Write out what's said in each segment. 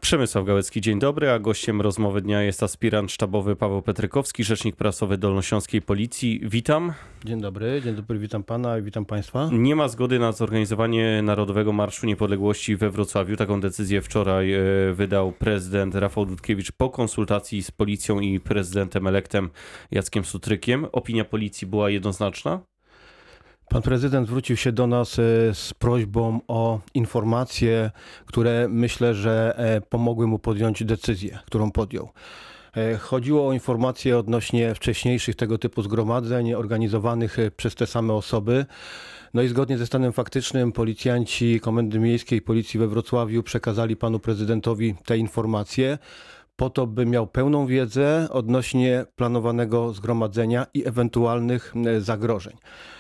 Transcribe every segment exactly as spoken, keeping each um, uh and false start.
Przemysław Gałecki, dzień dobry, a gościem rozmowy dnia jest aspirant sztabowy Paweł Petrykowski, rzecznik prasowy Dolnośląskiej Policji. Witam. Dzień dobry, dzień dobry, witam pana i witam państwa. Nie ma zgody na zorganizowanie Narodowego Marszu Niepodległości we Wrocławiu. Taką decyzję wczoraj wydał prezydent Rafał Dudkiewicz po konsultacji z policją i prezydentem elektem Jackiem Sutrykiem. Opinia policji była jednoznaczna? Pan prezydent zwrócił się do nas z prośbą o informacje, które myślę, że pomogły mu podjąć decyzję, którą podjął. Chodziło o informacje odnośnie wcześniejszych tego typu zgromadzeń organizowanych przez te same osoby. No i zgodnie ze stanem faktycznym policjanci Komendy Miejskiej Policji we Wrocławiu przekazali panu prezydentowi te informacje po to, by miał pełną wiedzę odnośnie planowanego zgromadzenia i ewentualnych zagrożeń.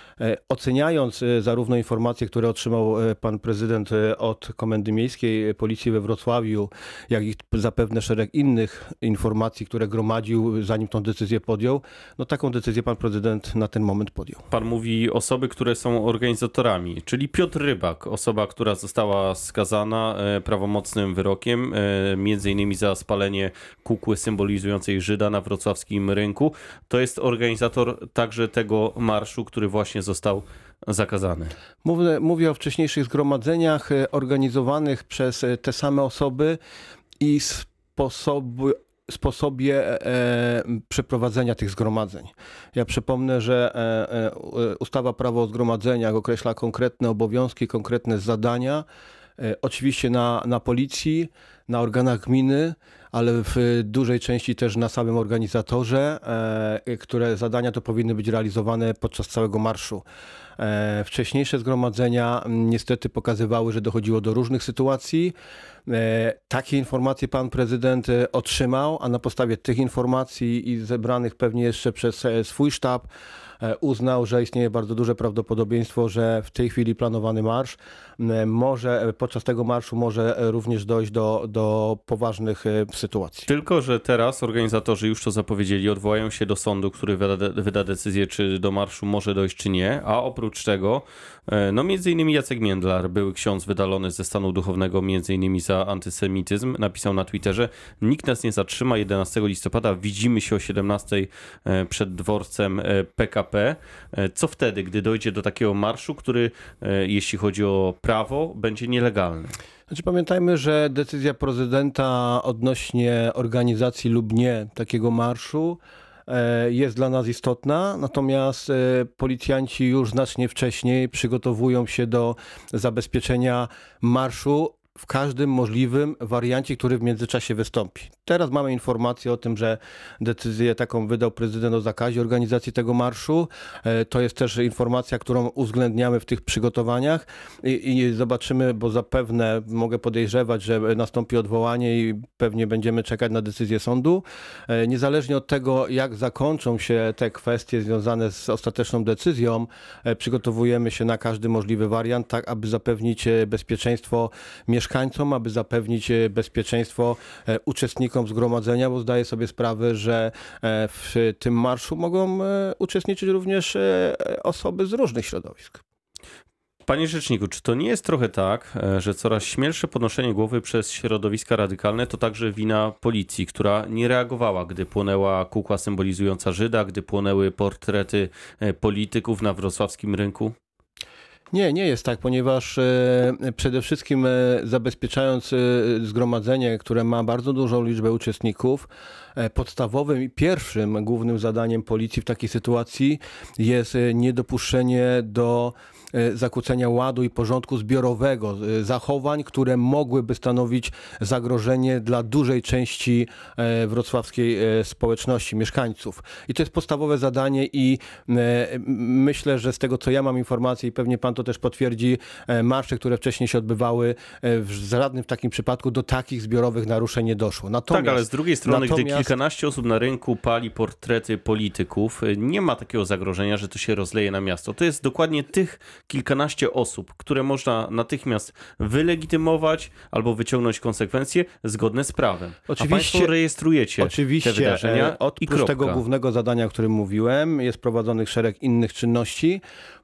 Oceniając zarówno informacje, które otrzymał pan prezydent od Komendy Miejskiej Policji we Wrocławiu, jak i zapewne szereg innych informacji, które gromadził, zanim tą decyzję podjął, no taką decyzję pan prezydent na ten moment podjął. Pan mówi osoby, które są organizatorami, czyli Piotr Rybak, osoba, która została skazana prawomocnym wyrokiem, między innymi za spalenie kukły symbolizującej Żyda na wrocławskim rynku. To jest organizator także tego marszu, który właśnie został zakazany. Mówię, mówię o wcześniejszych zgromadzeniach organizowanych przez te same osoby i sposobu, sposobie e, przeprowadzenia tych zgromadzeń. Ja przypomnę, że e, e, ustawa Prawo o zgromadzeniach określa konkretne obowiązki, konkretne zadania. E, oczywiście na, na policji, na organach gminy, ale w dużej części też na samym organizatorze, e, które zadania to powinny być realizowane podczas całego marszu. E, wcześniejsze zgromadzenia niestety pokazywały, że dochodziło do różnych sytuacji. E, takie informacje pan prezydent otrzymał, a na podstawie tych informacji i zebranych pewnie jeszcze przez swój sztab uznał, że istnieje bardzo duże prawdopodobieństwo, że w tej chwili planowany marsz może, podczas tego marszu może również dojść do, do poważnych sytuacji. Tylko że teraz organizatorzy już to zapowiedzieli, odwołają się do sądu, który wyda, wyda decyzję, czy do marszu może dojść, czy nie, a oprócz tego, no między innymi Jacek Międlar, były ksiądz wydalony ze stanu duchownego między innymi za antysemityzm, napisał na Twitterze: nikt nas nie zatrzyma, jedenastego listopada widzimy się o siedemnastej przed dworcem P K P. Co wtedy, gdy dojdzie do takiego marszu, który, jeśli chodzi o prawo, będzie nielegalny? Znaczy, pamiętajmy, że decyzja prezydenta odnośnie organizacji lub nie takiego marszu jest dla nas istotna, natomiast policjanci już znacznie wcześniej przygotowują się do zabezpieczenia marszu w każdym możliwym wariancie, który w międzyczasie wystąpi. Teraz mamy informację o tym, że decyzję taką wydał prezydent o zakazie organizacji tego marszu. To jest też informacja, którą uwzględniamy w tych przygotowaniach i, i zobaczymy, bo zapewne mogę podejrzewać, że nastąpi odwołanie i pewnie będziemy czekać na decyzję sądu. Niezależnie od tego, jak zakończą się te kwestie związane z ostateczną decyzją, przygotowujemy się na każdy możliwy wariant, tak aby zapewnić bezpieczeństwo mieszkańcom, mieszkańcom, aby zapewnić bezpieczeństwo uczestnikom zgromadzenia, bo zdaję sobie sprawę, że w tym marszu mogą uczestniczyć również osoby z różnych środowisk. Panie rzeczniku, czy to nie jest trochę tak, że coraz śmielsze podnoszenie głowy przez środowiska radykalne to także wina policji, która nie reagowała, gdy płonęła kukła symbolizująca Żyda, gdy płonęły portrety polityków na wrocławskim rynku? Nie, nie jest tak, ponieważ e, przede wszystkim e, zabezpieczając e, zgromadzenie, które ma bardzo dużą liczbę uczestników, e, podstawowym i pierwszym głównym zadaniem policji w takiej sytuacji jest e, niedopuszczenie do e, zakłócenia ładu i porządku zbiorowego, e, zachowań, które mogłyby stanowić zagrożenie dla dużej części e, wrocławskiej e, społeczności, mieszkańców. I to jest podstawowe zadanie i e, myślę, że z tego, co ja mam informacje i pewnie pan to też potwierdzi, marsze, które wcześniej się odbywały, w żadnym w takim przypadku do takich zbiorowych naruszeń nie doszło. Natomiast, tak, ale z drugiej strony, natomiast... gdy kilkanaście osób na rynku pali portrety polityków, nie ma takiego zagrożenia, że to się rozleje na miasto. To jest dokładnie tych kilkanaście osób, które można natychmiast wylegitymować albo wyciągnąć konsekwencje zgodne z prawem. Oczywiście, a państwo rejestrujecie oczywiście, te wydarzenia oprócz i kropka. tego głównego zadania, o którym mówiłem, jest prowadzonych szereg innych czynności.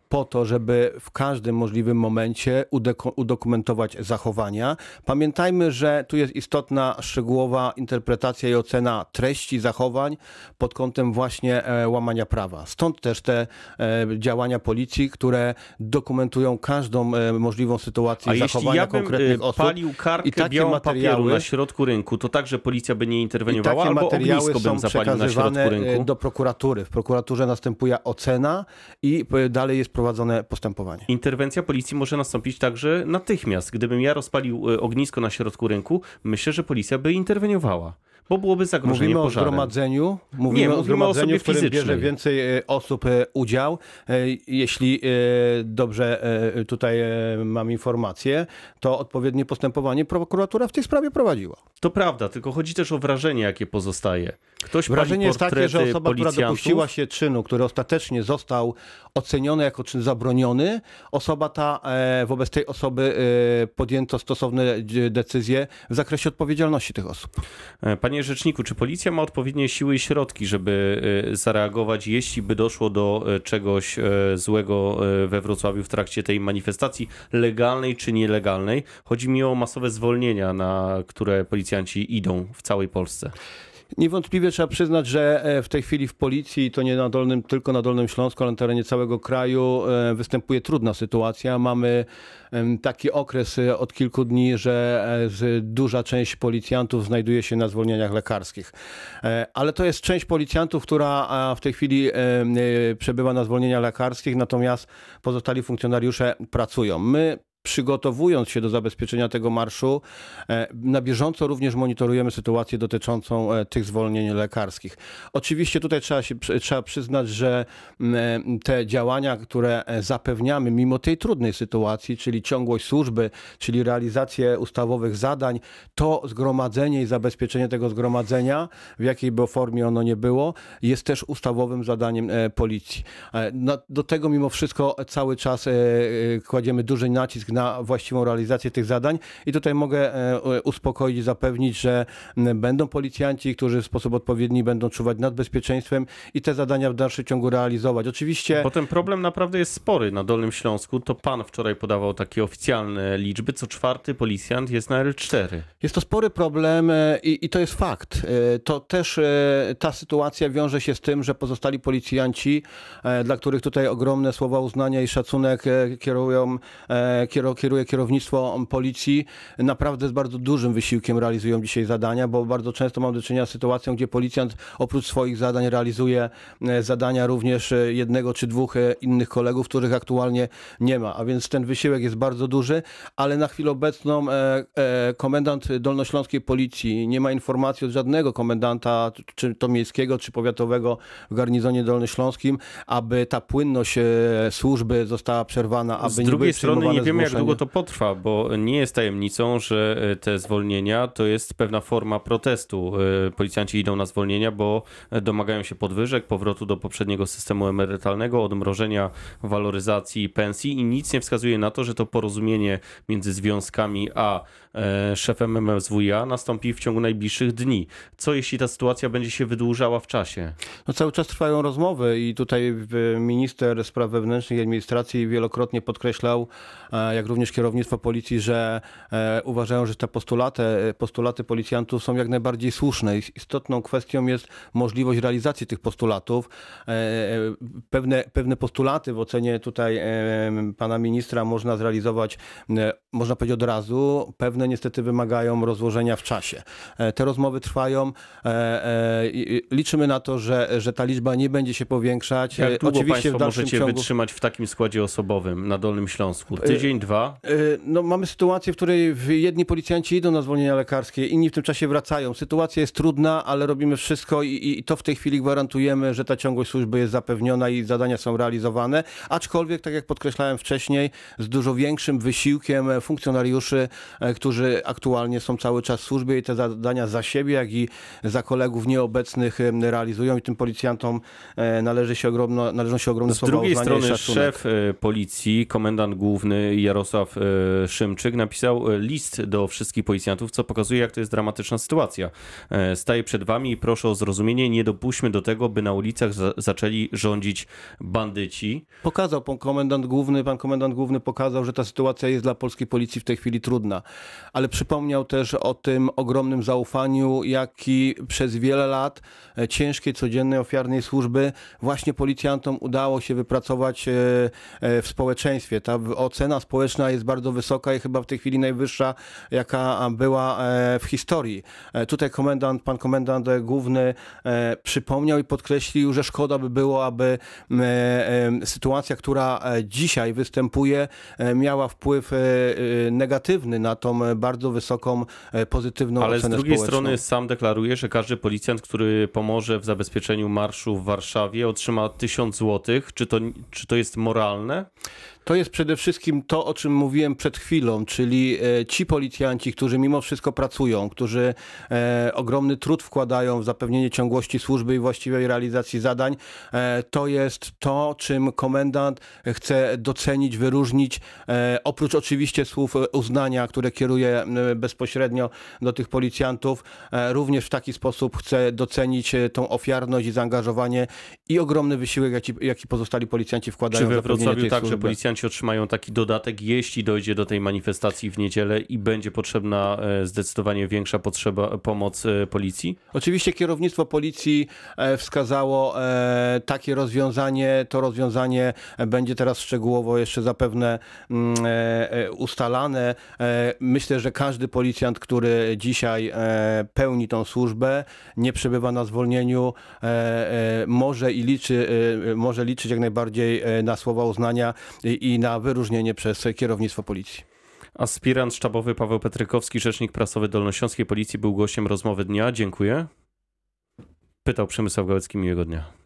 po to, żeby w każdym możliwym momencie udeko- udokumentować zachowania. Pamiętajmy, że tu jest istotna, szczegółowa interpretacja i ocena treści zachowań pod kątem właśnie e, łamania prawa. Stąd też te e, działania policji, które dokumentują każdą e, możliwą sytuację A i jeśli zachowania ja bym konkretnych y, osób. palił kartkę I takie białą papieru materiały- na środku rynku, to także policja by nie I interweniowała, takie albo materiały ognisko są bym zapalił na przekazywane środku rynku? do prokuratury. W prokuraturze następuje ocena i e, dalej jest prowadzone postępowanie. Interwencja policji może nastąpić także natychmiast. Gdybym ja rozpalił y, ognisko na środku rynku, myślę, że policja by interweniowała, bo byłoby zagrożenie Mówimy o pożarem. zgromadzeniu, mówimy Nie, o mówimy o zgromadzeniu, osobie w którym bierze fizycznej. więcej e, osób e, udział. E, Jeśli e, dobrze e, tutaj e, mam informację, to odpowiednie postępowanie prokuratura w tej sprawie prowadziła. To prawda, tylko chodzi też o wrażenie, jakie pozostaje. Ktoś Wrażenie pali jest takie, portrety że osoba, która policjantów. dopuściła się czynu, który ostatecznie został oceniony jako czyn zabroniony, osoba ta, e, wobec tej osoby e, podjęto stosowne d- decyzje w zakresie odpowiedzialności tych osób. Panie rzeczniku, czy policja ma odpowiednie siły i środki, żeby e, zareagować, jeśli by doszło do e, czegoś e, złego e, we Wrocławiu w trakcie tej manifestacji, legalnej czy nielegalnej? Chodzi mi o masowe zwolnienia, na które policjanci idą w całej Polsce. Niewątpliwie trzeba przyznać, że e, w tej chwili w policji, to nie na Dolnym, tylko na Dolnym Śląsku, ale na terenie całego kraju e, występuje trudna sytuacja. Mamy em, taki okres e, od kilku dni, że e, z- duża część policjantów znajduje się na zwolnieniach lekarskich. E, Ale to jest część policjantów, która a, w tej chwili e, e, przebywa na zwolnieniach lekarskich, natomiast pozostali funkcjonariusze pracują. My przygotowując się do zabezpieczenia tego marszu, e, na bieżąco również monitorujemy sytuację dotyczącą e, tych zwolnień lekarskich. Oczywiście tutaj trzeba, się, przy- trzeba przyznać, że m, e, te działania, które e, zapewniamy mimo tej trudnej sytuacji, czyli ciągłość służby, czyli realizację ustawowych zadań, to zgromadzenie i zabezpieczenie tego zgromadzenia, w jakiej by formie ono nie było, jest też ustawowym zadaniem e, policji. E, no, do tego mimo wszystko cały czas e, e, kładziemy duży nacisk na właściwą realizację tych zadań i tutaj mogę e, uspokoić i zapewnić, że m, będą policjanci, którzy w sposób odpowiedni będą czuwać nad bezpieczeństwem i te zadania w dalszym ciągu realizować. Oczywiście Bo ten problem naprawdę jest spory na Dolnym Śląsku. To pan wczoraj podawał takie oficjalne liczby. Co czwarty policjant jest na el cztery. jest to spory problem e, i, i to jest fakt. E, To też e, ta sytuacja wiąże się z tym, że pozostali policjanci, e, dla których tutaj ogromne słowa uznania i szacunek e, kierują, e, kiero- kieruje kierownictwo policji, naprawdę z bardzo dużym wysiłkiem realizują dzisiaj zadania, bo bardzo często mam do czynienia z sytuacją, gdzie policjant oprócz swoich zadań realizuje e, zadania również e, jednego czy dwóch e, innych kolegów, których aktualnie nie ma. A więc ten wysiłek jest bardzo duży, ale na chwilę obecną e, e, komendant Dolnośląskiej Policji nie ma informacji od żadnego komendanta, czy to miejskiego, czy powiatowego w garnizonie dolnośląskim, aby ta płynność e, służby została przerwana, aby Z nie drugiej były strony nie przyjmowane wiemy, jak zgłoszenia. długo to potrwa, bo nie jest tajemnicą, że e, te zwolnienia to jest pewna forma protestu. E, Policjanci idą na zwolnienia, bo domagają się podwyżek, powrotu do poprzedniego systemu emerytalnego, odmrożenia waloryzacji pensji i nic nie wskazuje na to, że to porozumienie między związkami a e, szefem em es wuj a nastąpi w ciągu najbliższych dni. Co jeśli ta sytuacja będzie się wydłużała w czasie? No cały czas trwają rozmowy i tutaj w- minister spraw wewnętrznych i administracji wielokrotnie podkreślał, e, jak również kierownictwo policji, że e, uważają, że te postulaty, postulaty policjantów są jak najbardziej słuszne. I istotną kwestią jest możliwość realizacji tych postulatów. E, e, Pewne, pewne postulaty w ocenie tutaj e, pana ministra można zrealizować, e, można powiedzieć od razu, pewne niestety wymagają rozłożenia w czasie. E, Te rozmowy trwają. E, e, i- i Liczymy na to, że, że ta liczba nie będzie się powiększać. Jak E, długo Oczywiście państwo w dalszym możecie ciągu... wytrzymać w takim składzie osobowym na Dolnym Śląsku? Tydzień, dwa? E, No, mamy sytuację, w której w- jedni policjanci idą na zwolnienia lekarskie, inni w tym czasie wracają. Sytuacja jest trudna, ale robimy wszystko i, i, i to w tej chwili gwarantujemy, że ta ciągłość służby jest zapewniona i zadania są realizowane. Aczkolwiek, tak jak podkreślałem wcześniej, z dużo większym wysiłkiem e, funkcjonariuszy, e, którzy aktualnie są cały czas w służbie i te zadania za siebie, jak i za kolegów nieobecnych em, realizują i tym policjantom e, należy się ogromno, należą się ogromne Z słowa drugiej uznania i strony szacunek. szef e, policji, komendant główny Jarosław Jarosław e, Szymczyk napisał e, list do wszystkich policjantów, co pokazuje, jak to jest dramatyczna sytuacja. E, staję przed wami i proszę o zrozumienie, nie dopuśćmy do tego, by na ulicach za- zaczęli rządzić bandyci. Pokazał pan komendant główny, pan komendant główny pokazał, że ta sytuacja jest dla polskiej policji w tej chwili trudna, ale przypomniał też o tym ogromnym zaufaniu, jaki przez wiele lat e, ciężkiej, codziennej, ofiarnej służby właśnie policjantom udało się wypracować e, e, w społeczeństwie. Ta w- ocena społeczna jest bardzo wysoka i chyba w tej chwili najwyższa, jaka była e, w historii. E, Tutaj komendant, pan komendant e, główny e, przypomniał i podkreślił, że szkoda by było, aby m, e, e, sytuacja, która e, dzisiaj występuje, e, miała wpływ e, e, negatywny na tą e, bardzo wysoką, e, pozytywną Ale z ocenę drugiej społeczną. strony sam deklaruje, że każdy policjant, który pomoże w zabezpieczeniu marszu w Warszawie, otrzyma tysiąc złotych. Czy to, czy to jest moralne? To jest przede wszystkim to, o czym mówiłem przed chwilą, czyli e, ci policjanci, którzy mimo wszystko pracują, którzy e, ogromny trud wkładają w zapewnienie ciągłości służby i właściwej realizacji zadań, e, to jest to, czym komendant chce docenić, wyróżnić, e, oprócz oczywiście słów uznania, które kieruje e, bezpośrednio do tych policjantów, e, również w taki sposób chce docenić e, tą ofiarność i zaangażowanie i ogromny wysiłek, jaki, jaki pozostali policjanci wkładają Czy w we zapewnienie Wrocławiu tej także służby. policjanci otrzymają taki dodatek, jeśli dojdzie do tej manifestacji w niedzielę i będzie potrzebna e, zdecydowanie większa potrzeba, pomoc e, policji? Oczywiście kierownictwo policji e, wskazało e, takie rozwiązanie. To rozwiązanie będzie teraz szczegółowo jeszcze zapewne mm, e, e, ustalane. E, Myślę, że każdy policjant, który dzisiaj e, pełni tą służbę, nie przebywa na zwolnieniu, e, e, może i liczy, e, może liczyć jak najbardziej e, na słowa uznania i, i na wyróżnienie przez kierownictwo policji. Aspirant sztabowy Paweł Petrykowski, rzecznik prasowy Dolnośląskiej Policji, był gościem rozmowy dnia. Dziękuję. Pytał Przemysław Gałecki, miłego dnia.